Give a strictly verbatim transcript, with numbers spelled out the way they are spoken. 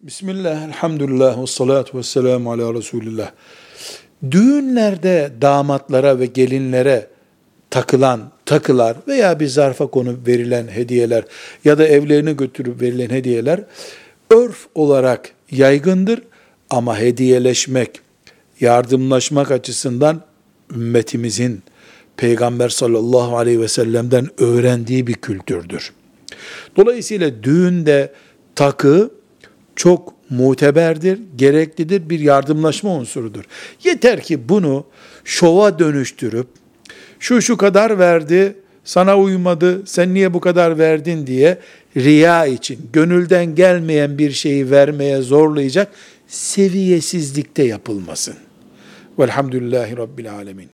Bismillah, elhamdülillah, ve salatu ve selamu ala Resulillah. Düğünlerde damatlara ve gelinlere takılan takılar veya bir zarfa konup verilen hediyeler ya da evlerine götürüp verilen hediyeler örf olarak yaygındır ama hediyeleşmek, yardımlaşmak açısından ümmetimizin Peygamber sallallahu aleyhi ve sellem'den öğrendiği bir kültürdür. Dolayısıyla düğünde takı çok muteberdir, gereklidir, bir yardımlaşma unsurudur. Yeter ki bunu şova dönüştürüp, şu şu kadar verdi, sana uymadı, sen niye bu kadar verdin diye riya için, gönülden gelmeyen bir şeyi vermeye zorlayacak seviyesizlikte yapılmasın. Velhamdülillahi Rabbil Alemin.